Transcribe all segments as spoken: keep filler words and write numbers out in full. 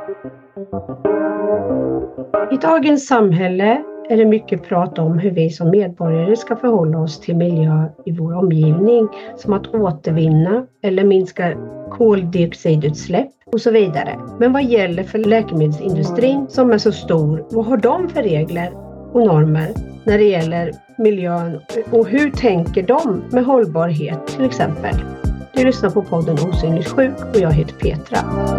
I dagens samhälle är det mycket prat om hur vi som medborgare ska förhålla oss till miljö i vår omgivning, som att återvinna eller minska koldioxidutsläpp och så vidare. Men vad gäller för läkemedelsindustrin som är så stor? Vad har de för regler och normer när det gäller miljön, och hur tänker de med hållbarhet till exempel? Du lyssnar på podden Osynligt sjuk och jag heter Petra.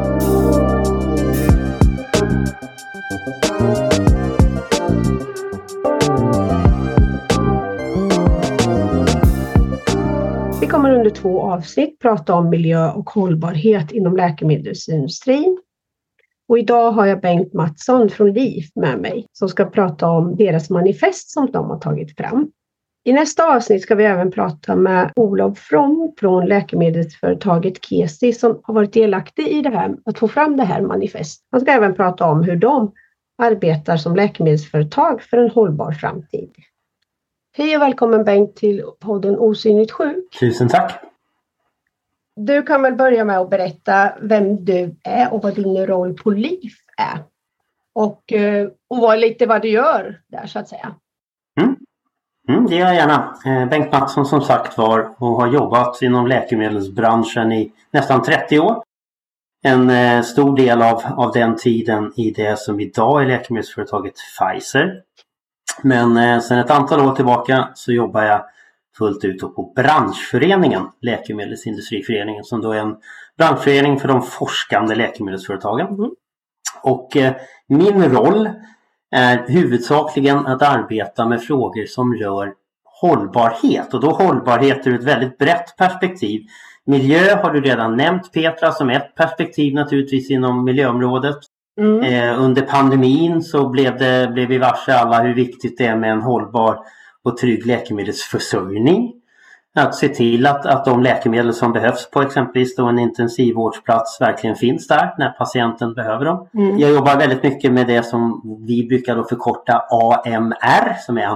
Vi kommer under två avsnitt prata om miljö och hållbarhet inom läkemedelsindustrin. Och idag har jag Bengt Mattsson från LIF med mig som ska prata om deras manifest som de har tagit fram. I nästa avsnitt ska vi även prata med Olof From från läkemedelsföretaget Kesi som har varit delaktig i det här, att få fram det här manifest. Han ska även prata om hur de arbetar som läkemedelsföretag för en hållbar framtid. Hej och välkommen Bengt till podden Osynligt sjuk. Tusen tack. Du kan väl börja med att berätta vem du är och vad din roll på LIF är. Och, och vad, lite vad du gör där så att säga. Mm. Mm, det gör jag gärna. Eh, Bengt Mattsson som sagt var och har jobbat inom läkemedelsbranschen i nästan trettio år. En eh, stor del av, av den tiden i det som idag är läkemedelsföretaget Pfizer. Men eh, sedan ett antal år tillbaka så jobbar jag fullt ut på branschföreningen, Läkemedelsindustriföreningen, som då är en branschförening för de forskande läkemedelsföretagen. Mm. Och eh, min roll är huvudsakligen att arbeta med frågor som rör hållbarhet. Och då hållbarhet ur ett väldigt brett perspektiv. Miljö har du redan nämnt Petra som ett perspektiv naturligtvis inom miljöområdet. Mm. Eh, under pandemin så blev, det, blev vi varse alla hur viktigt det är med en hållbar och trygg läkemedelsförsörjning. Att se till att, att de läkemedel som behövs på exempelvis då en intensivvårdsplats verkligen finns där när patienten behöver dem. Mm. Jag jobbar väldigt mycket med det som vi brukar då förkorta A M R som är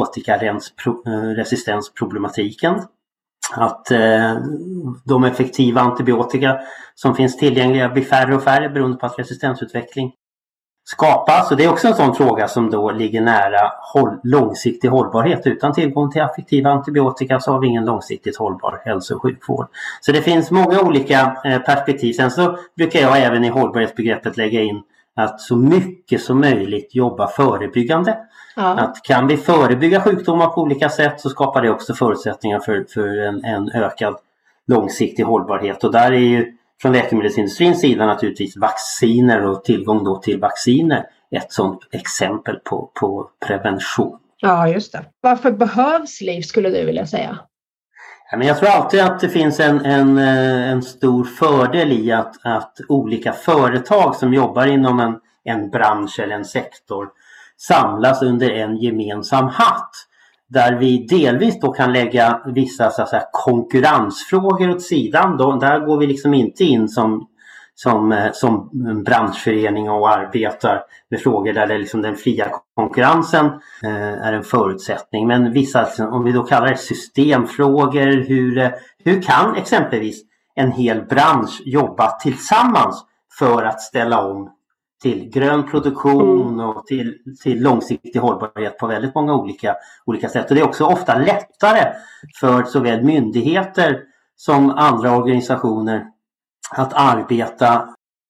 antibiotikaresistensproblematiken. Att eh, de effektiva antibiotika som finns tillgängliga blir färre och färre beroende på att resistensutveckling skapas. Och det är också en sån fråga som då ligger nära håll, långsiktig hållbarhet. Utan tillgång till effektiva antibiotika så har vi ingen långsiktigt hållbar hälso- och sjukvård. Så det finns många olika eh, perspektiv. Sen så brukar jag även i hållbarhetsbegreppet lägga in att så mycket som möjligt jobba förebyggande. Ja. Att kan vi förebygga sjukdomar på olika sätt så skapar det också förutsättningar för, för en, en ökad långsiktig hållbarhet. Och där är ju från läkemedelsindustrins sida naturligtvis vacciner och tillgång då till vacciner ett sådant exempel på, på prevention. Ja, just det. Varför behövs LIF skulle du vilja säga? Ja, men jag tror alltid att det finns en, en, en stor fördel i att, att olika företag som jobbar inom en, en bransch eller en sektor samlas under en gemensam hatt. Där vi delvis då kan lägga vissa så att säga, konkurrensfrågor åt sidan. Då, där går vi liksom inte in som, som, som en branschförening och arbetar med frågor där det liksom den fria konkurrensen eh, är en förutsättning. Men vissa, om vi då kallar det systemfrågor, hur, hur kan exempelvis en hel bransch jobba tillsammans för att ställa om till grön produktion och till, till långsiktig hållbarhet på väldigt många olika, olika sätt. Och det är också ofta lättare för såväl myndigheter som andra organisationer att arbeta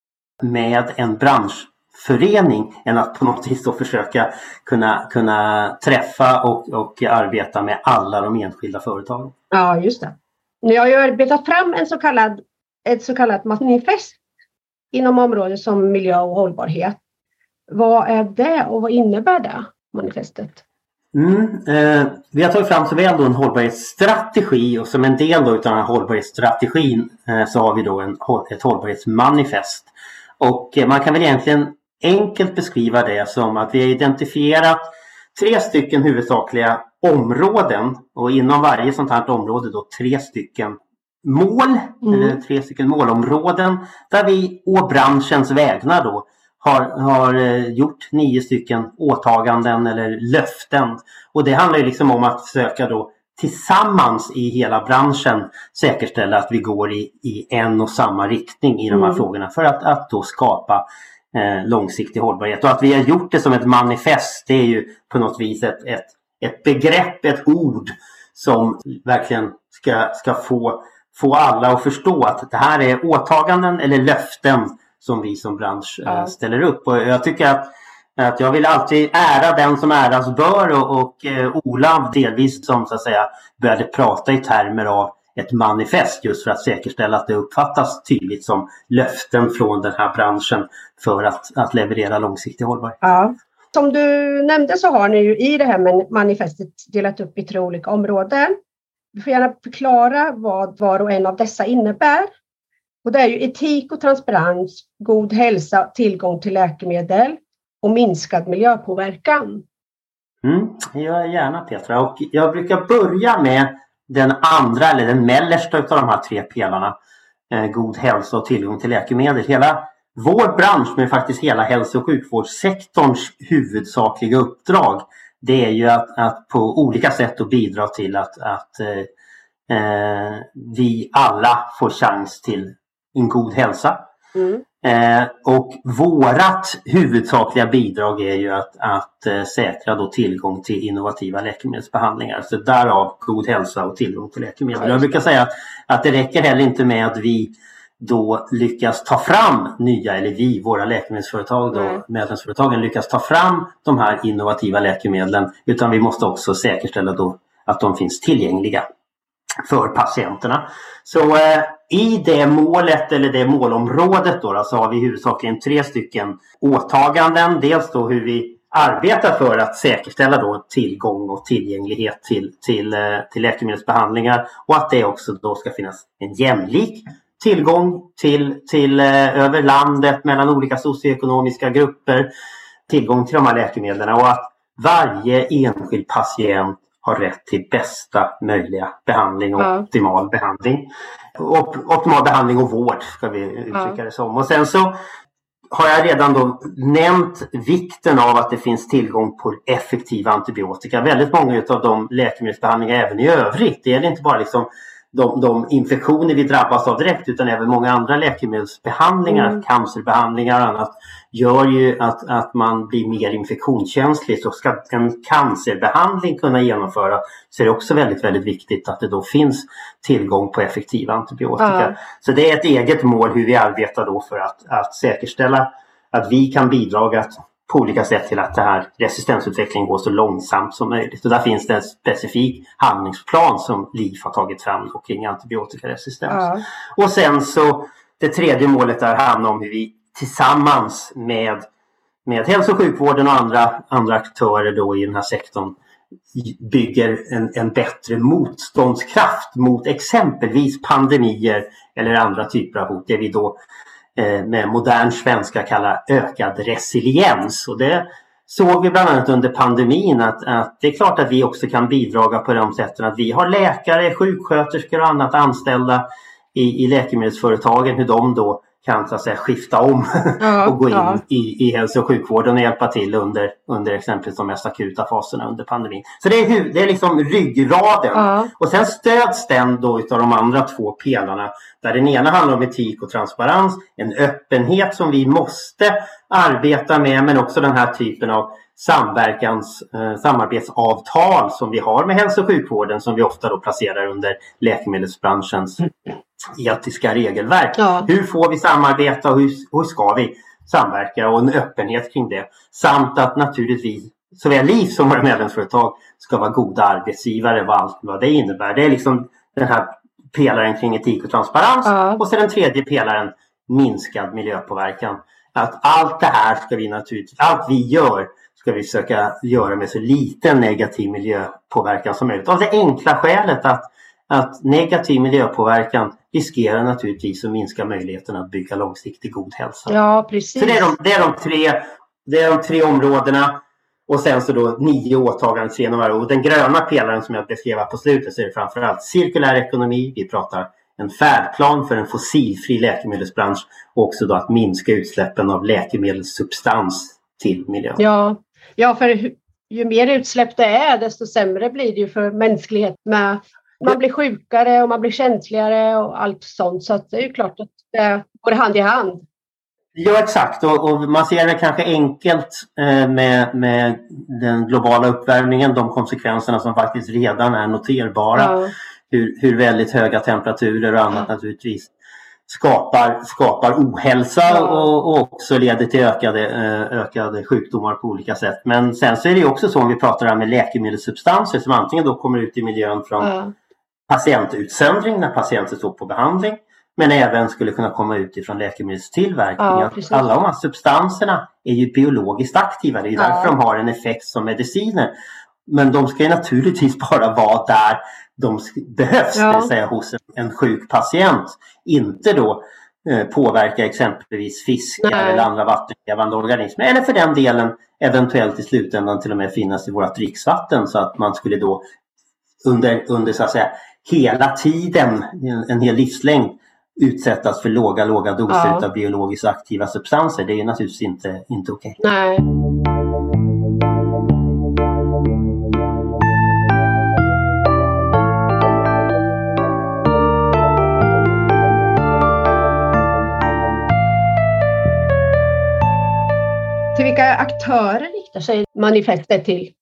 med en branschförening än att på något vis då försöka kunna, kunna träffa och, och arbeta med alla de enskilda företagen. Ja, just det. Ni har ju arbetat fram en så kallad, ett så kallat manifest inom området som miljö och hållbarhet. Vad är det och vad innebär det manifestet? Mm, eh, vi har tagit fram såväl då en hållbarhetsstrategi och som en del då av den här hållbarhetsstrategin eh, så har vi då en, ett hållbarhetsmanifest. Och eh, man kan väl egentligen enkelt beskriva det som att vi har identifierat tre stycken huvudsakliga områden och inom varje sånt här område då tre stycken mål, mm. eller tre stycken målområden där vi å branschens vägnar då har, har gjort nio stycken åtaganden eller löften. Och det handlar ju liksom om att försöka då tillsammans i hela branschen säkerställa att vi går i, i en och samma riktning i de här mm. frågorna för att, att då skapa eh, långsiktig hållbarhet. Och att vi har gjort det som ett manifest, det är ju på något vis ett, ett, ett begrepp, ett ord som verkligen ska, ska få, få alla att förstå att det här är åtaganden eller löften som vi som bransch eh, ställer upp. Och jag tycker att Att jag vill alltid ära den som äras bör och, och eh, Olav delvis som så att säga började prata i termer av ett manifest just för att säkerställa att det uppfattas tydligt som löften från den här branschen för att, att leverera långsiktig hållbarhet. Ja. Som du nämnde så har ni ju i det här manifestet delat upp i tre olika områden. Du får gärna förklara vad var och en av dessa innebär. Och det är ju etik och transparens, god hälsa, tillgång till läkemedel och minskad miljöpåverkan. Mm, jag gör gärna Petra. Och jag brukar börja med den andra eller den mellersta av de här tre pelarna. Eh, god hälsa och tillgång till läkemedel. Hela vår bransch, men faktiskt hela hälso- och sjukvårdssektorns huvudsakliga uppdrag, det är ju att, att på olika sätt att bidra till att, att eh, vi alla får chans till en god hälsa. Mm. Eh, och vårat huvudsakliga bidrag är ju att, att eh, säkra då tillgång till innovativa läkemedelsbehandlingar. Så därav god hälsa och tillgång till läkemedel. Jag brukar säga att, att det räcker heller inte med att vi då lyckas ta fram nya, eller vi, våra läkemedelsföretag då, mm. medlemsföretagen lyckas ta fram de här innovativa läkemedlen, utan vi måste också säkerställa då att de finns tillgängliga för patienterna. Så eh, i det målet eller det målområdet då, då så har vi huvudsakligen tre stycken åtaganden. Dels då hur vi arbetar för att säkerställa då tillgång och tillgänglighet till, till, eh, till läkemedelsbehandlingar, och att det också då ska finnas en jämlik tillgång till, till eh, över landet mellan olika socioekonomiska grupper, tillgång till de här läkemedlen, och att varje enskild patient har rätt till bästa möjliga behandling och ja. optimal behandling. Op- optimal behandling och vård ska vi uttrycka ja. det som. Och sen så har jag redan då nämnt vikten av att det finns tillgång på effektiv antibiotika. Väldigt många av de läkemedelsbehandlingar även i övrigt, det är inte bara liksom de, de infektioner vi drabbas av direkt, utan även många andra läkemedelsbehandlingar, mm. cancerbehandlingar och annat, gör ju att, att man blir mer infektionskänslig. Så ska en cancerbehandling kunna genomföras så är det också väldigt, väldigt viktigt att det då finns tillgång på effektiva antibiotika. Mm. Så det är ett eget mål hur vi arbetar då för att, att säkerställa att vi kan bidra på olika sätt till att det här resistensutvecklingen går så långsamt som möjligt. Och där finns det en specifik handlingsplan som L I F har tagit fram kring antibiotikaresistens. Ja. Och sen så det tredje målet där handlar om hur vi tillsammans med, med hälso- och sjukvården och andra, andra aktörer då i den här sektorn bygger en, en bättre motståndskraft mot exempelvis pandemier eller andra typer av hot. Det vi då med modern svenska kallar ökad resiliens. Och det såg vi bland annat under pandemin att, att det är klart att vi också kan bidra på de sätten att vi har läkare, sjuksköterskor och annat anställda i, i läkemedelsföretagen, hur de då kan så att säga skifta om ja, och gå in ja. i, i hälso- och sjukvården och hjälpa till under, under exempelvis de mest akuta faserna under pandemin. Så det är, hu- det är liksom ryggraden. Ja. Och sen stöds den då utav de andra två pelarna, där den ena handlar om etik och transparens, en öppenhet som vi måste arbeta med, men också den här typen av samverkans, eh, samarbetsavtal som vi har med hälso- och sjukvården, som vi ofta då placerar under läkemedelsbranschens etiska regelverk. Ja. Hur får vi samarbeta och hur, hur ska vi samverka, och en öppenhet kring det. Samt att naturligtvis såväl L I F som våra medlemsföretag ska vara goda arbetsgivare, vad, allt, vad det innebär. Det är liksom den här pelaren kring etik och transparens. Ja. Och sen den tredje pelaren, minskad miljöpåverkan. Att allt det här ska vi naturligtvis, allt vi gör ska vi försöka göra med så liten negativ miljöpåverkan som möjligt. Av det enkla skälet att, att negativ miljöpåverkan riskerar naturligtvis att minska möjligheten att bygga långsiktig god hälsa. Ja, precis. Så det är de, det är de, tre, det är de tre områdena. Och sen så då nio åtaganden, tre nummer. Och den gröna pelaren som jag beskrev på slutet, så är det framförallt cirkulär ekonomi. Vi pratar en färdplan för en fossilfri läkemedelsbransch, och också då att minska utsläppen av läkemedelssubstans till miljön. Ja, ja, för ju mer utsläpp det är, desto sämre blir det ju för mänsklighet. Med, man blir sjukare och man blir känsligare och allt sånt. Så att det är ju klart att det går hand i hand. Ja, exakt. Och, och man ser det kanske enkelt eh, med, med den globala uppvärmningen, de konsekvenserna som faktiskt redan är noterbara. Ja. Hur, hur väldigt höga temperaturer och annat ja. naturligtvis skapar, skapar ohälsa ja. och, och också leder till ökade, eh, ökade sjukdomar på olika sätt. Men sen så är det också så, om vi pratar här med läkemedelssubstanser som antingen då kommer ut i miljön från ja. patientutsöndring när patienter står på behandling, men även skulle kunna komma ut ifrån läkemedelstillverkning. Ja, alla de här substanserna är ju biologiskt aktiva. Det är ju ja. därför de har en effekt som mediciner. Men de ska ju naturligtvis bara vara där de behövs, ja. det vill säga hos en sjuk patient. Inte då eh, påverka exempelvis fiskar Nej. eller andra vattenlevande organismer. Eller för den delen eventuellt i slutändan till och med finnas i vårt dricksvatten. Så att man skulle då under, under så att säga hela tiden, en, en hel livslängd, utsättas för låga, låga doser ja. av biologiskt aktiva substanser. Det är naturligtvis inte, inte okej. Nej. Till vilka aktörer riktar sig manifestet till?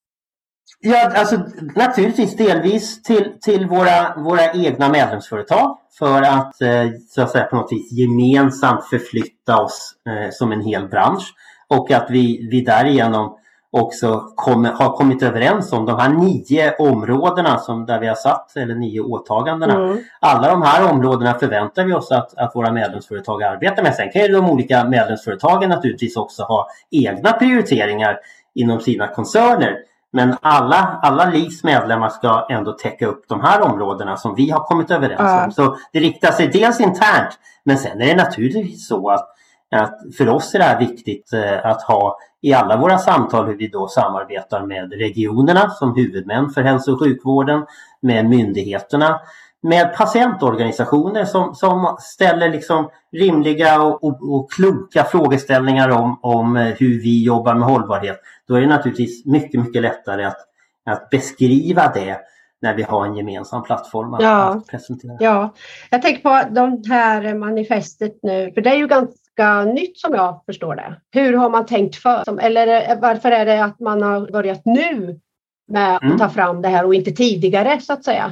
Ja, alltså naturligtvis delvis till, till våra, våra egna medlemsföretag för att, eh, så att säga, på något vis gemensamt förflytta oss eh, som en hel bransch, och att vi, vi därigenom också kom, har kommit överens om de här nio områdena som där vi har satt, eller nio åtagandena. Mm. Alla de här områdena förväntar vi oss att, att våra medlemsföretag arbetar med. Sen kan ju de olika medlemsföretagen naturligtvis också ha egna prioriteringar inom sina koncerner. Men alla, alla Livs medlemmar ska ändå täcka upp de här områdena som vi har kommit överens ja. om. Så det riktar sig dels internt, men sen är det naturligtvis så att, att för oss är det här viktigt eh, att ha i alla våra samtal hur vi då samarbetar med regionerna som huvudmän för hälso- och sjukvården, med myndigheterna, med patientorganisationer som, som ställer liksom rimliga och, och, och kloka frågeställningar om, om hur vi jobbar med hållbarhet. Då är det naturligtvis mycket, mycket lättare att, att beskriva det när vi har en gemensam plattform att, ja. att presentera. Ja, jag tänker på de här manifestet nu, för det är ju ganska nytt som jag förstår det. Hur har man tänkt för? Eller varför är det att man har börjat nu med att mm. ta fram det här och inte tidigare så att säga?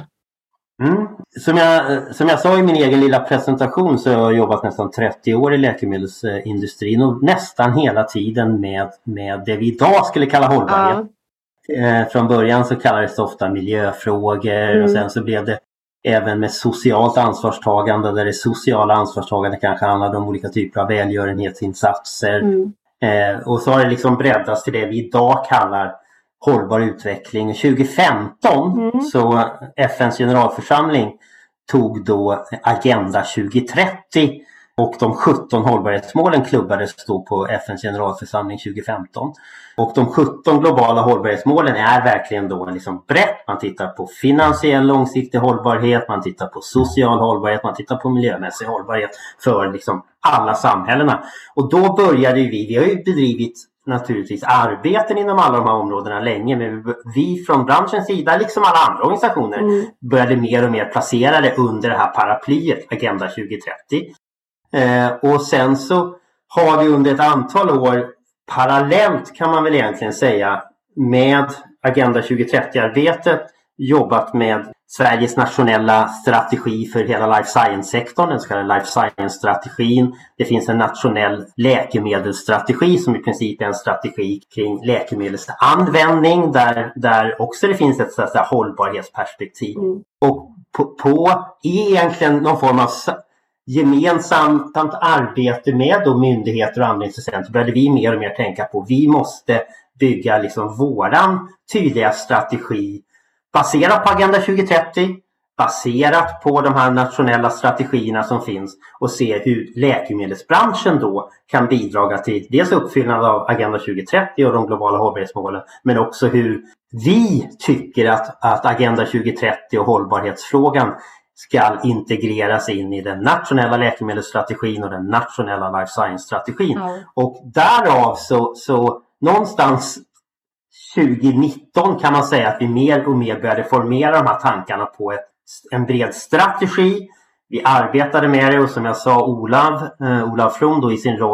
Mm. Som, jag, som jag sa i min egen lilla presentation så har jag jobbat nästan trettio år i läkemedelsindustrin och nästan hela tiden med, med det vi idag skulle kalla hållbarhet. Ja. Eh, från början så kallades det ofta miljöfrågor mm. och sen så blev det även med socialt ansvarstagande, där det sociala ansvarstagande kanske handlade om olika typer av välgörenhetsinsatser. Mm. Eh, och så har det liksom breddats till det vi idag kallar hållbar utveckling. tjugo femton mm. så F N:s generalförsamling tog då Agenda tjugo trettio och de sjutton hållbarhetsmålen klubbades då på F N:s generalförsamling tjugo femton. Och de sjutton globala hållbarhetsmålen är verkligen då liksom brett. Man tittar på finansiell långsiktig hållbarhet, man tittar på social hållbarhet, man tittar på miljömässig hållbarhet för liksom alla samhällena. Och då började vi, vi har ju bedrivit naturligtvis arbeten inom alla de här områdena länge, men vi från branschens sida, liksom alla andra organisationer, mm. började mer och mer placera det under det här paraplyet Agenda tjugo trettio. Eh, och sen så har vi under ett antal år parallellt, kan man väl egentligen säga, med Agenda tjugo trettio-arbetet jobbat med Sveriges nationella strategi för hela life science-sektorn, den så kallade life science-strategin. Det finns en nationell läkemedelsstrategi som i princip är en strategi kring läkemedelsanvändning där, där också det finns ett så att säga, hållbarhetsperspektiv. Mm. Och på, på egentligen någon form av gemensamt arbete med då myndigheter och andra intressenter började vi mer och mer tänka på vi måste bygga liksom våran tydliga strategi baserat på Agenda tjugo trettio, baserat på de här nationella strategierna som finns och se hur läkemedelsbranschen då kan bidra till dels uppfyllnad av Agenda tjugo trettio och de globala hållbarhetsmålen, men också hur vi tycker att, att Agenda tjugo trettio och hållbarhetsfrågan ska integreras in i den nationella läkemedelsstrategin och den nationella life science-strategin. Ja. Och därav så, så någonstans tjugo nitton kan man säga att vi mer och mer började formera de här tankarna på ett, en bred strategi. Vi arbetade med det och som jag sa Olav, eh, Olav From då i sin roll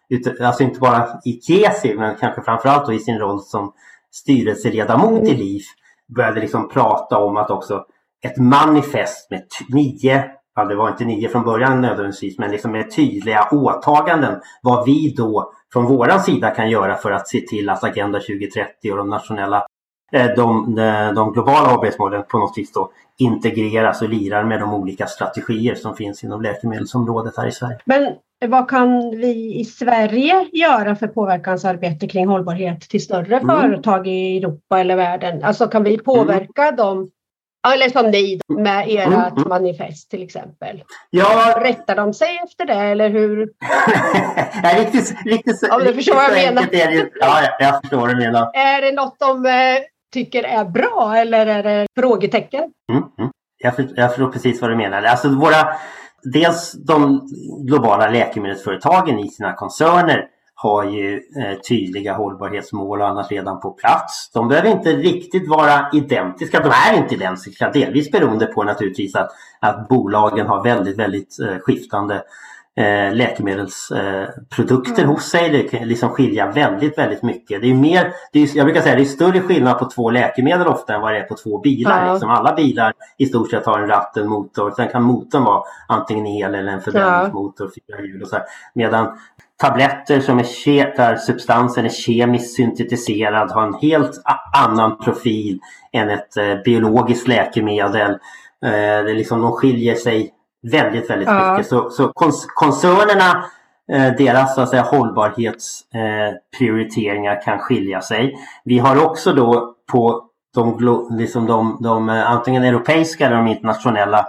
alltså inte bara i Kesi men kanske framförallt då i sin roll som styrelseledamot i L I F, började liksom prata om att också ett manifest med nio, ja det var inte nio från början nödvändigtvis, men liksom med tydliga åtaganden vad vi då från våran sida kan göra för att se till att Agenda tjugo trettio och de nationella De, de globala hållbarhetsmålen på något vis då integreras och lirar med de olika strategier som finns inom läkemedelsområdet här i Sverige. Men vad kan vi i Sverige göra för påverkansarbete kring hållbarhet till större mm. företag i Europa eller världen? Alltså kan vi påverka mm. dem, eller som ni med ert mm. manifest till exempel? Ja. Rättar de sig efter det eller hur? ja, riktigt, riktigt, ja, du förstår vad jag menar. Är det, ja, jag förstår vad du menar. Är det något de eh, tycker är bra eller är det frågetecken? Mm, mm. Jag, för, jag förstår precis vad du menar. Alltså våra, dels de globala läkemedelsföretagen i sina koncerner har ju eh, tydliga hållbarhetsmål och annat redan på plats. De behöver inte riktigt vara identiska. De är inte identiska, delvis beroende på naturligtvis att, att bolagen har väldigt, väldigt eh, skiftande Eh, läkemedelsprodukter eh, hos sig. Det kan liksom skilja väldigt, väldigt mycket. Det är mer, det är, jag brukar säga det är större skillnad på två läkemedel ofta än vad det är på två bilar. Ja. Liksom alla bilar i stort sett har en ratt, en motor. Sen kan motorn vara antingen el eller en förbränningsmotor, ja. fyra hjul och så här. Medan tabletter som är ke- där substansen är kemiskt syntetiserad har en helt a- annan profil än ett eh, biologiskt läkemedel. Eh, det är liksom, de skiljer sig väldigt, väldigt ja. mycket. Så, så kons- koncernerna, eh, deras så att säga, hållbarhetsprioriteringar eh, kan skilja sig. Vi har också då på de, liksom de, de antingen europeiska eller de internationella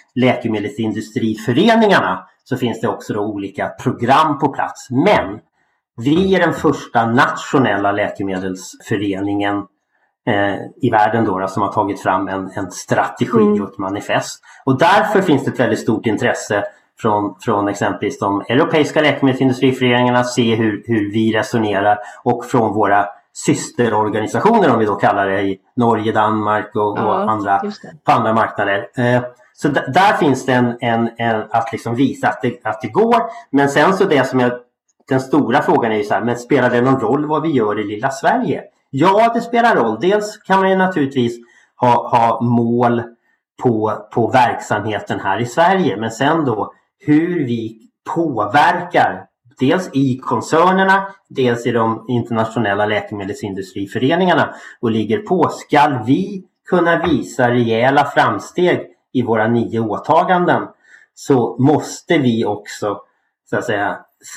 läkemedelsindustriföreningarna så finns det också då olika program på plats. Men vi är den första nationella läkemedelsföreningen Eh, i världen då, då som har tagit fram en, en strategi mm. och ett manifest. Och därför finns det ett väldigt stort intresse från, från exempelvis de europeiska läkemedelsindustriföreningarna att se hur, hur vi resonerar och från våra systerorganisationer om vi då kallar det i Norge, Danmark och, ja, och andra, på andra marknader. Eh, så d- där finns det en, en, en att liksom visa att det, att det går. Men sen så det som jag, den stora frågan är ju så här, men spelar det någon roll vad vi gör i lilla Sverige? Ja, det spelar roll. Dels kan man ju naturligtvis ha, ha mål på, på verksamheten här i Sverige. Men sen då hur vi påverkar dels i koncernerna, dels i de internationella läkemedelsindustriföreningarna och ligger på. Ska vi kunna visa rejäla framsteg i våra nio åtaganden så måste vi också så att säga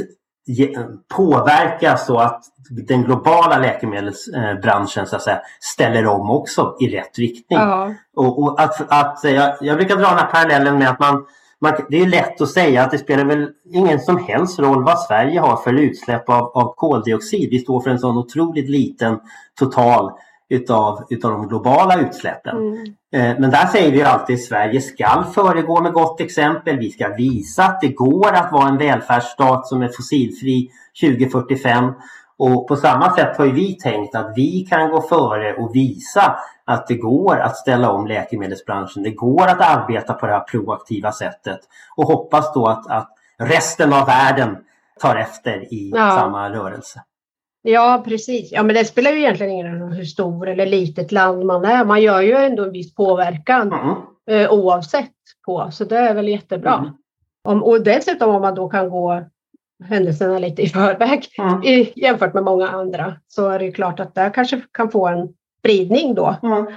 påverka så att den globala läkemedelsbranschen så att säga, ställer om också i rätt riktning. Uh-huh. Och, och att, att jag, jag brukar dra den här parallellen med att man, man, det är lätt att säga att det spelar väl ingen som helst roll vad Sverige har för utsläpp av, av koldioxid. Vi står för en sån otroligt liten total utav, utav de globala utsläppen. Mm. Eh, men där säger vi alltid att Sverige ska föregå med gott exempel. Vi ska visa att det går att vara en välfärdsstat som är fossilfri tjugo fyrtiofem. Och på samma sätt har ju vi tänkt att vi kan gå före och visa att det går att ställa om läkemedelsbranschen. Det går att arbeta på det här proaktiva sättet. Och hoppas då att, att resten av världen tar efter i ja. samma rörelse. Ja, precis. Ja, men det spelar ju egentligen ingen roll hur stor eller litet land man är. Man gör ju ändå en viss påverkan mm. eh, oavsett på. Så det är väl jättebra. Mm. Om, och dessutom om man då kan gå händelserna lite i förväg mm. i, jämfört med många andra så är det ju klart att det kanske kan få en spridning då. Mm.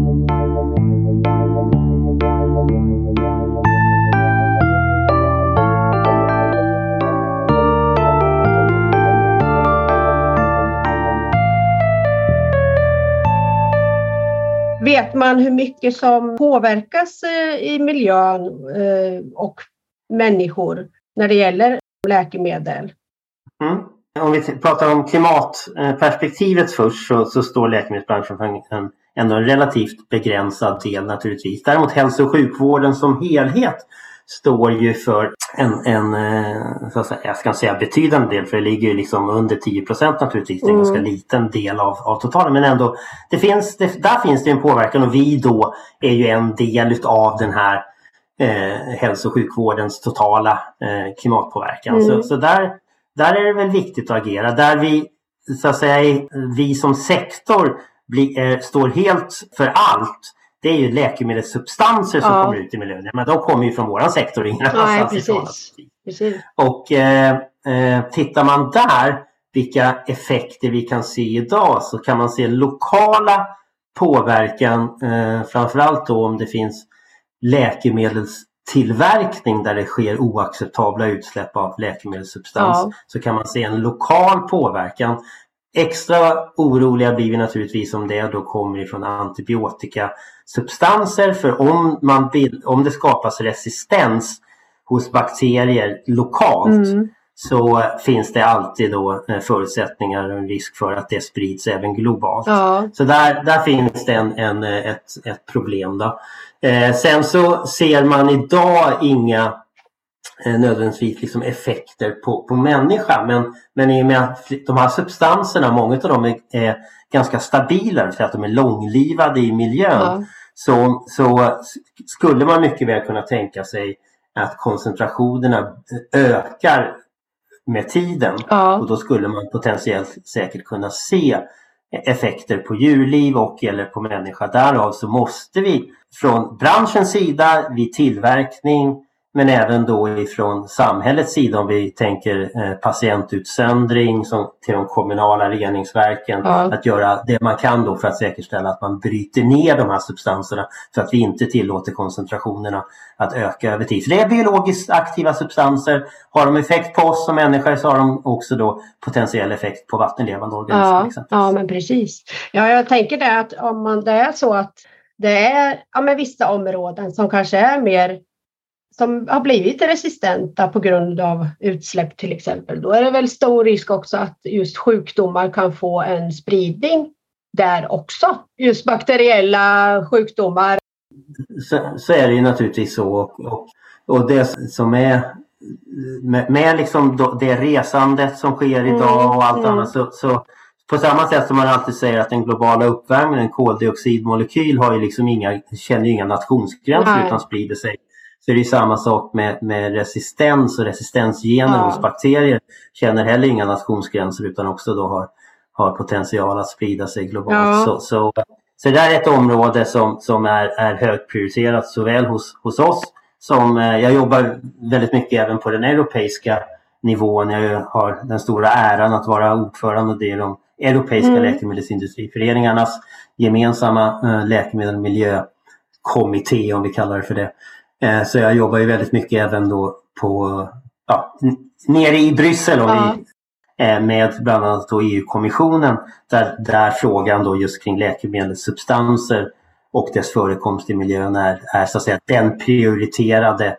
Vet man hur mycket som påverkas i miljön och människor när det gäller läkemedel? Mm. Om vi pratar om klimatperspektivet först så, så står läkemedelsbranschen för en, en, ändå en relativt begränsad del naturligtvis. Däremot hälso- och sjukvården som helhet står ju för en, en så att säga, jag ska säga betydande del, för det ligger ju liksom under tio procent naturligtvis, en mm. ganska liten del av, av totalen, men ändå det finns, det, där finns det en påverkan och vi då är ju en del av den här eh, hälso- och sjukvårdens totala eh, klimatpåverkan. Mm. Så, så där, där är det väl viktigt att agera. Där vi, så att säga, vi som sektor blir, eh, står helt för allt. Det är ju läkemedelssubstanser som ja. kommer ut i miljön. Men de kommer ju från våran sektor. Ingen Nej, precis. precis. Och eh, eh, tittar man där vilka effekter vi kan se idag, så kan man se lokala påverkan. Eh, framförallt då om det finns läkemedelstillverkning där det sker oacceptabla utsläpp av läkemedelssubstans. Ja. Så kan man se en lokal påverkan. Extra oroliga blir vi naturligtvis om det då kommer ifrån antibiotikasubstanser. För om, man vill, om det skapas resistens hos bakterier lokalt mm. så finns det alltid då förutsättningar och en risk för att det sprids även globalt. Ja. Så där, där finns det en, en, ett, ett problem då. Eh, sen så ser man idag inga nödvändigtvis liksom effekter på, på människa, men, men i och med att de här substanserna, många av dem är, är ganska stabila för att de är långlivade i miljön, ja. så, så skulle man mycket väl kunna tänka sig att koncentrationerna ökar med tiden, ja. och då skulle man potentiellt säkert kunna se effekter på djurliv och eller på människa. Därav så måste vi från branschens sida vid tillverkning, men även då ifrån samhällets sida, om vi tänker eh, patientutsöndring som till de kommunala reningsverken, ja. att göra det man kan då för att säkerställa att man bryter ner de här substanserna så att vi inte tillåter koncentrationerna att öka över tid. För det är biologiskt aktiva substanser. Har de effekt på oss som människor, så har de också då potentiell effekt på vattenlevande organismer. Ja, ja, men precis. Ja, jag tänker det att om man, det är så att det är ja, men vissa områden som kanske är mer som har blivit resistenta på grund av utsläpp till exempel. Då är det väl stor risk också att just sjukdomar kan få en spridning där också. Just bakteriella sjukdomar. Så, så är det ju naturligtvis så. Och, och, och det som är med, med liksom då, det resandet som sker idag mm, och allt mm. annat, så, så på samma sätt som man alltid säger att den globala uppvärmningen, en koldioxidmolekyl, har ju liksom inga, känner ju inga nationsgränser. Nej. Utan sprider sig. Så det är samma sak med, med resistens och resistensgener ja. hos bakterier. Känner heller inga nationsgränser utan också då har, har potential att sprida sig globalt. Ja. Så, så, så det är ett område som, som är, är högt prioriterat såväl hos, hos oss som eh, jag jobbar väldigt mycket även på den europeiska nivån. Jag har den stora äran att vara ordförande och det är de europeiska mm. läkemedelsindustriföreningarnas gemensamma eh, läkemedel- och miljökommitté, om vi kallar det för det. Så jag jobbar ju väldigt mycket även då på, ja, nere i Bryssel och ja. vi, med bland annat då E U-kommissionen där, där frågan då just kring läkemedelssubstanser och dess förekomst i miljön är, är så att säga den prioriterade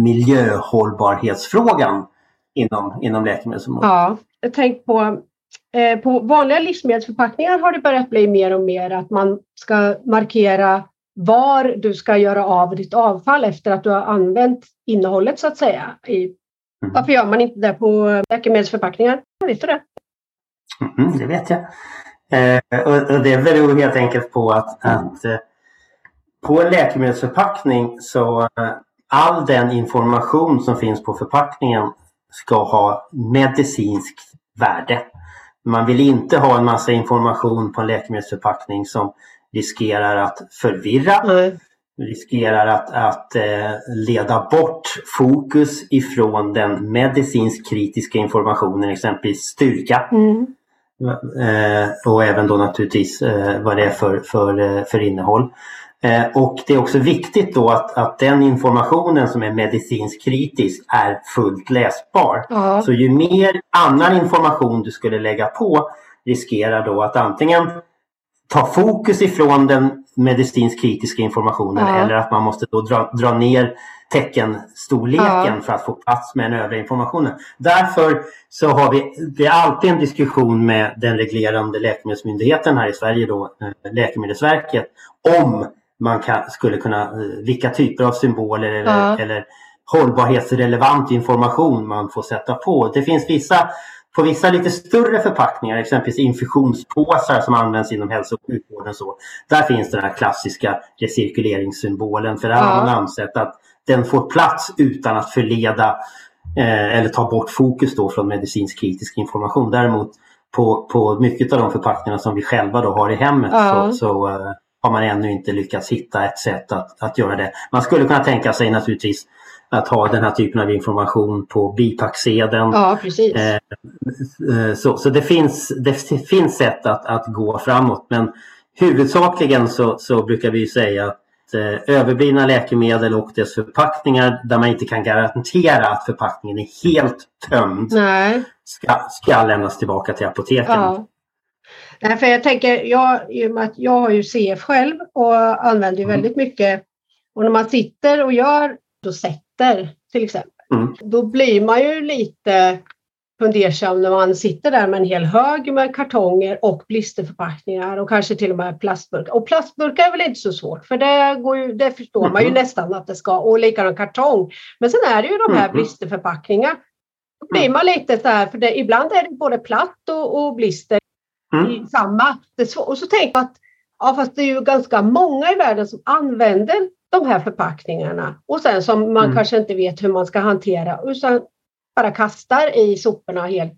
miljöhållbarhetsfrågan inom, inom läkemedelsområdet. Ja, jag tänker på, eh, på vanliga livsmedelsförpackningar har det börjat bli mer och mer att man ska markera var du ska göra av ditt avfall efter att du har använt innehållet så att säga. I, mm. Varför gör man inte det på läkemedelsförpackningar? Vet du det? Mm, det vet jag. Eh, och, och det beror helt enkelt på att, att eh, på en läkemedelsförpackning så eh, all den information som finns på förpackningen ska ha medicinskt värde. Man vill inte ha en massa information på en läkemedelsförpackning som riskerar att förvirra, mm. riskerar att, att eh, leda bort fokus ifrån den medicinskt kritiska informationen, exempelvis styrka. Mm. Eh, och även då naturligtvis eh, vad det är för, för, för innehåll. Eh, och det är också viktigt då att, att den informationen som är medicinskt kritisk är fullt läsbar. Mm. Så ju mer annan information du skulle lägga på riskerar då att antingen ta fokus ifrån den medicinskt kritiska informationen ja. eller att man måste då dra, dra ner teckenstorleken ja. för att få plats med den övriga informationen. Därför så har vi, det är alltid en diskussion med den reglerande läkemedelsmyndigheten här i Sverige då, Läkemedelsverket, om man kan, skulle kunna, vilka typer av symboler eller, ja. eller hållbarhetsrelevant information man får sätta på. Det finns vissa På vissa lite större förpackningar, exempelvis infusionspåsar som används inom hälso- och sjukvården, så, där finns den här klassiska recirkuleringssymbolen. För där ja. har man ansett att den får plats utan att förleda eh, eller tar bort fokus då från medicinsk kritisk information. Däremot på, på mycket av de förpackningarna som vi själva då har i hemmet ja. så, så eh, har man ännu inte lyckats hitta ett sätt att, att göra det. Man skulle kunna tänka sig naturligtvis att ha den här typen av information på bipacksedeln. Ja, precis. Eh, så så det, finns, det finns sätt att, att gå framåt, men huvudsakligen så, så brukar vi säga att eh, överblivna läkemedel och dess förpackningar där man inte kan garantera att förpackningen är helt tömd Nej. Ska, ska lämnas tillbaka till apoteken. Ja. Nej, för jag tänker, jag, i och med att jag har ju C F själv och använder ju mm. väldigt mycket, och när man sitter och gör dosetter till exempel, mm. då blir man ju lite fundersam när man sitter där med en hel hög med kartonger och blisterförpackningar och kanske till och med plastburkar. Och plastburkar är väl inte så svårt, för det, går ju, det förstår mm. man ju nästan att det ska, och likadant kartong. Men sen är det ju de här mm. blisterförpackningarna. Då blir man lite så här, för det, ibland är det både platt och, och blister mm. i samma. Det, och så tänker jag att ja, fast det är ju ganska många i världen som använder de här förpackningarna och sen som man mm. kanske inte vet hur man ska hantera och sen bara kastar i soporna helt.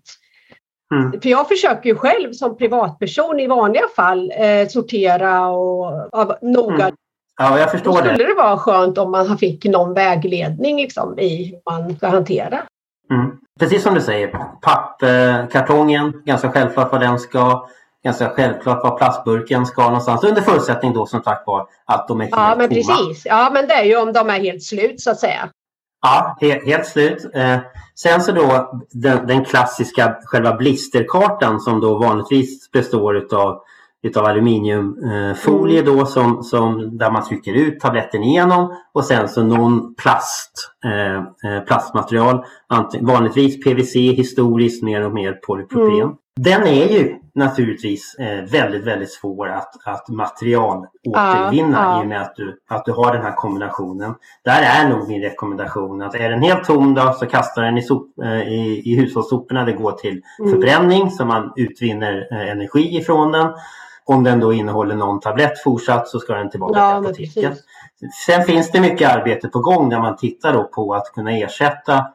Mm. För jag försöker ju själv som privatperson i vanliga fall eh, sortera och av, noga. Mm. Ja, jag förstår det. Då skulle det. det vara skönt om man fick någon vägledning liksom, i hur man ska hantera. Mm. Precis som du säger, pappkartongen, ganska självklart vad den ska. Ganska självklart vad plastburken ska någonstans. Under förutsättning då som sagt var att de är helt Ja, men tomma. precis. Ja, men det är ju om de är helt slut så att säga. Ja, helt, helt slut. Eh, sen så då den, den klassiska själva blisterkartan som då vanligtvis består utav, utav aluminiumfolie eh, då som, som där man trycker ut tabletten igenom och sen så någon plast, eh, plastmaterial, vanligtvis P V C, historiskt mer och mer polypropen. Mm. Den är ju naturligtvis eh, väldigt, väldigt svår att, att material återvinna ja, ja. i och med att du, att du har den här kombinationen. Där är nog min rekommendation att är den helt tom då, så kastar den i, sop, eh, i, i hushållssoporna. Det går till mm. förbränning så man utvinner eh, energi ifrån den. Om den då innehåller någon tablett fortsatt så ska den tillbaka ja, till apoteket. Sen finns det mycket arbete på gång när man tittar då på att kunna ersätta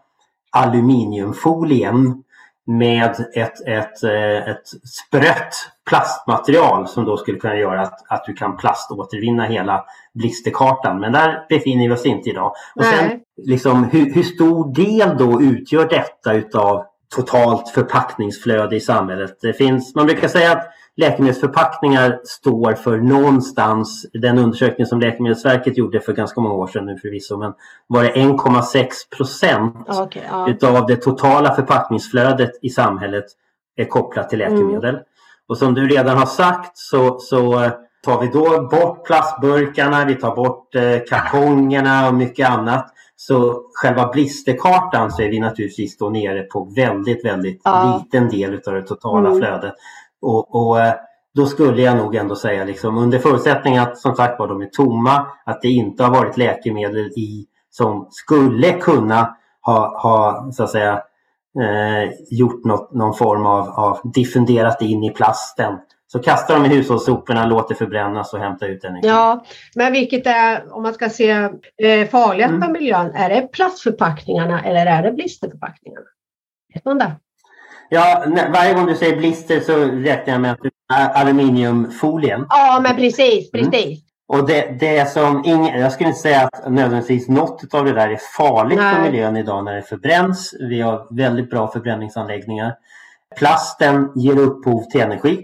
aluminiumfolien med ett, ett, ett sprött plastmaterial som då skulle kunna göra att, att du kan plaståtervinna hela blisterkartan. Men där befinner vi oss inte idag. Och sen liksom, hur, hur stor del då utgör detta utav totalt förpackningsflöde i samhället? Det finns, man brukar säga att läkemedelsförpackningar står för någonstans, den undersökning som Läkemedelsverket gjorde för ganska många år sedan nu förvisso, men var det en komma sex procent okay, ja. utav det totala förpackningsflödet i samhället är kopplat till läkemedel. Mm. Och som du redan har sagt så, så tar vi då bort plastburkarna, vi tar bort eh, kartongerna och mycket annat. Så själva blisterkartan så är vi naturligtvis då nere på väldigt, väldigt ja. liten del utav det totala mm. flödet. Och, och då skulle jag nog ändå säga liksom, under förutsättning att som sagt var de är tomma, att det inte har varit läkemedel i som skulle kunna ha, ha så att säga eh, gjort något, någon form av, av diffunderat in i plasten. Så kastar de i hushållssoporna, låter förbrännas och hämta ut energi. Ja, men vilket är, om man ska se eh, farligast mm. för miljön, är det plastförpackningarna eller är det blisterförpackningarna? Vet man det? Ja, varje gång du säger blister så räknar jag med att du aluminiumfolien. Ja, men precis, precis. Mm. Och det, det är som ingen, jag skulle inte säga att nödvändigtvis något av det där är farligt Nej. för miljön idag när det förbränns. Vi har väldigt bra förbränningsanläggningar. Plasten ger upphov till energi.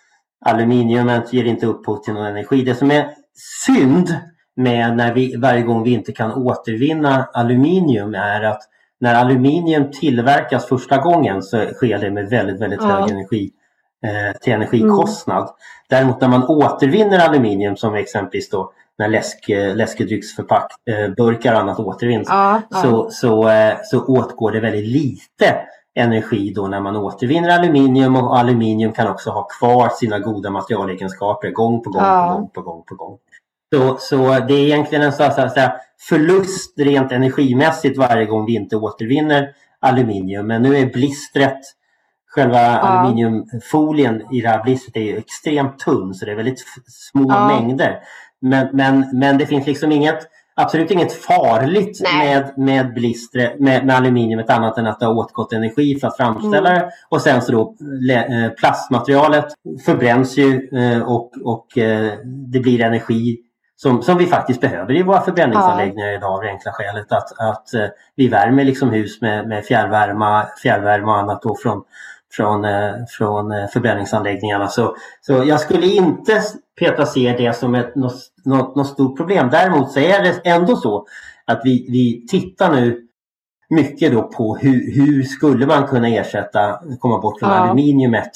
Aluminiumet ger inte upphov till någon energi. Det som är synd med när vi, varje gång vi inte kan återvinna aluminium är att när aluminium tillverkas första gången så sker det med väldigt, väldigt ja. hög energi eh, till energikostnad. Mm. Däremot när man återvinner aluminium som exempelvis då när läsk, läskedrycksförpack, eh, burkar och annat återvinns ja, ja. Så, så, eh, så åtgår det väldigt lite energi då när man återvinner aluminium, och aluminium kan också ha kvar sina goda materialegenskaper gång på gång ja. på gång på gång på gång. Så, så det är egentligen en så att säga förlust rent energimässigt varje gång vi inte återvinner aluminium. Men nu är blistret, själva ja. aluminiumfolien i det här blistret är ju extremt tunn så det är väldigt små ja. mängder. Men, men, men det finns liksom inget, absolut inget farligt med, med blister, med, med aluminiumet annat än att det har åtgått energi för att framställa det. Mm. Och sen så då plastmaterialet förbränns ju och, och det blir energi som, som vi faktiskt behöver i våra förbränningsanläggningar idag av det enkla skälet att, att vi värmer liksom hus med, med fjärrvärme, fjärrvärme och annat då från Från, från förbränningsanläggningarna. Så, så jag skulle inte Petra se det som ett något, något, något stort problem. Däremot så är det ändå så att vi, vi tittar nu mycket då på hur, hur skulle man kunna ersätta, komma bort från ja. aluminiumet,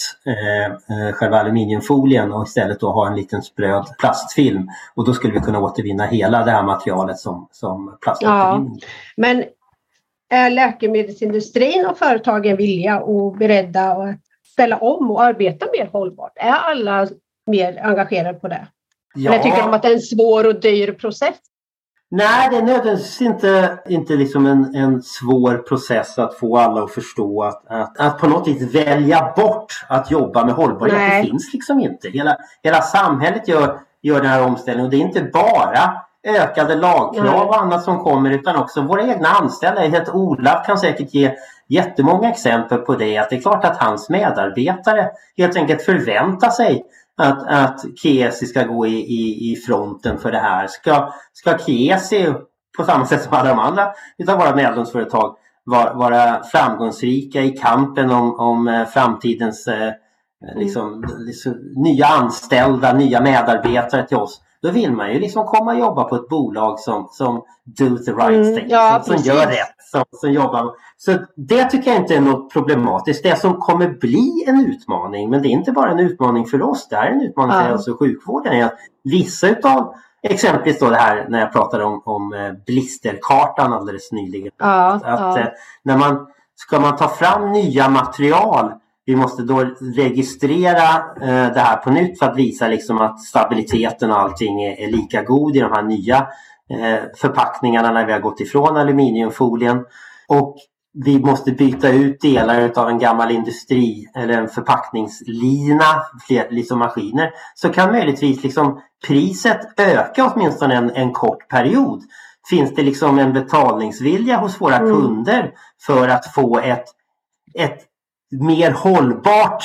eh, själva aluminiumfolien och istället då ha en liten spröd plastfilm. Och då skulle vi kunna återvinna hela det här materialet som, som plaståtervinning. Ja. Men är läkemedelsindustrin och företagen villiga och beredda att ställa om och arbeta mer hållbart? Är alla mer engagerade på det? Ja. Eller tycker de att det är en svår och dyr process? Nej, det är nödvändigtvis inte, inte liksom en, en svår process att få alla att förstå att, att, att på något vis välja bort att jobba med hållbarhet. Nej. Det finns liksom inte. Hela, hela samhället gör, gör den här omställningen och det är inte bara ökade lagkrav och annat som kommer utan också våra egna anställda. Jag heter Olaf kan säkert ge jättemånga exempel på det. Att det är klart att hans medarbetare helt enkelt förväntar sig att, att Kiesi ska gå i, i, i fronten för det här. Ska, ska Kiesi på samma sätt som alla de andra utav våra medlemsföretag vara, vara framgångsrika i kampen om, om framtidens eh, liksom, liksom, nya anställda, nya medarbetare till oss. Då vill man ju liksom komma och jobba på ett bolag som, som do the right thing. Mm, ja, som, som gör rätt. Som, som jobbar. Så det tycker jag inte är något problematiskt. Det som kommer bli en utmaning, men det är inte bara en utmaning för oss. Det är en utmaning för ja. hälso- och sjukvården. Är att vissa utav, exempelvis då det här när jag pratade om, om blisterkartan alldeles nyligen. Ja, att ja. Att, när man, ska man ta fram nya material, vi måste då registrera eh, det här på nytt för att visa liksom att stabiliteten och allting är, är lika god i de här nya eh, förpackningarna när vi har gått ifrån aluminiumfolien. Och vi måste byta ut delar av en gammal industri eller en förpackningslina, fler liksom maskiner. Så kan möjligtvis liksom priset öka åtminstone en, en kort period. Finns det liksom en betalningsvilja hos våra mm. kunder för att få ett, ett mer hållbart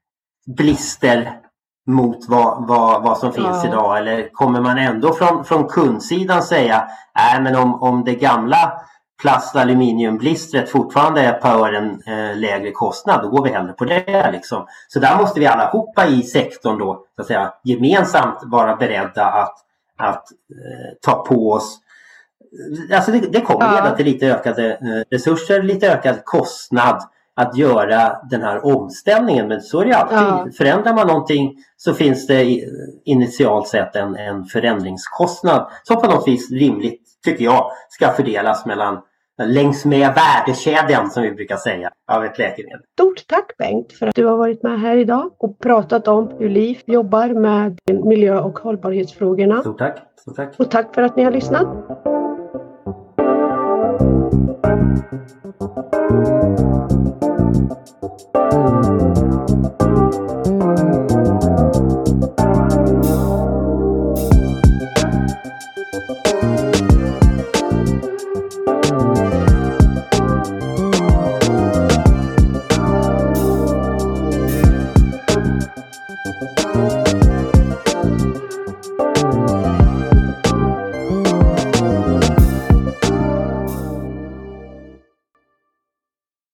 blister mot vad, vad, vad som finns ja. idag? Eller kommer man ändå från, från kundsidan säga nej men om, om det gamla plast-aluminiumblistret fortfarande är på en eh, lägre kostnad, då går vi hellre på det liksom. Så där måste vi allihopa i sektorn då så att säga, gemensamt vara beredda att, att eh, ta på oss. Alltså det, det kommer ja. leda till lite ökade eh, resurser, lite ökad kostnad att göra den här omställningen. Men så är det alltid. Ja. Förändrar man någonting så finns det initialt sett en, en förändringskostnad som på något vis rimligt, tycker jag, ska fördelas mellan längs med värdekedjan som vi brukar säga av ett läkemedel. Stort tack Bengt för att du har varit med här idag och pratat om hur LIF jobbar med miljö- och hållbarhetsfrågorna. Stort tack. Stort tack. Och tack för att ni har lyssnat. Thank you.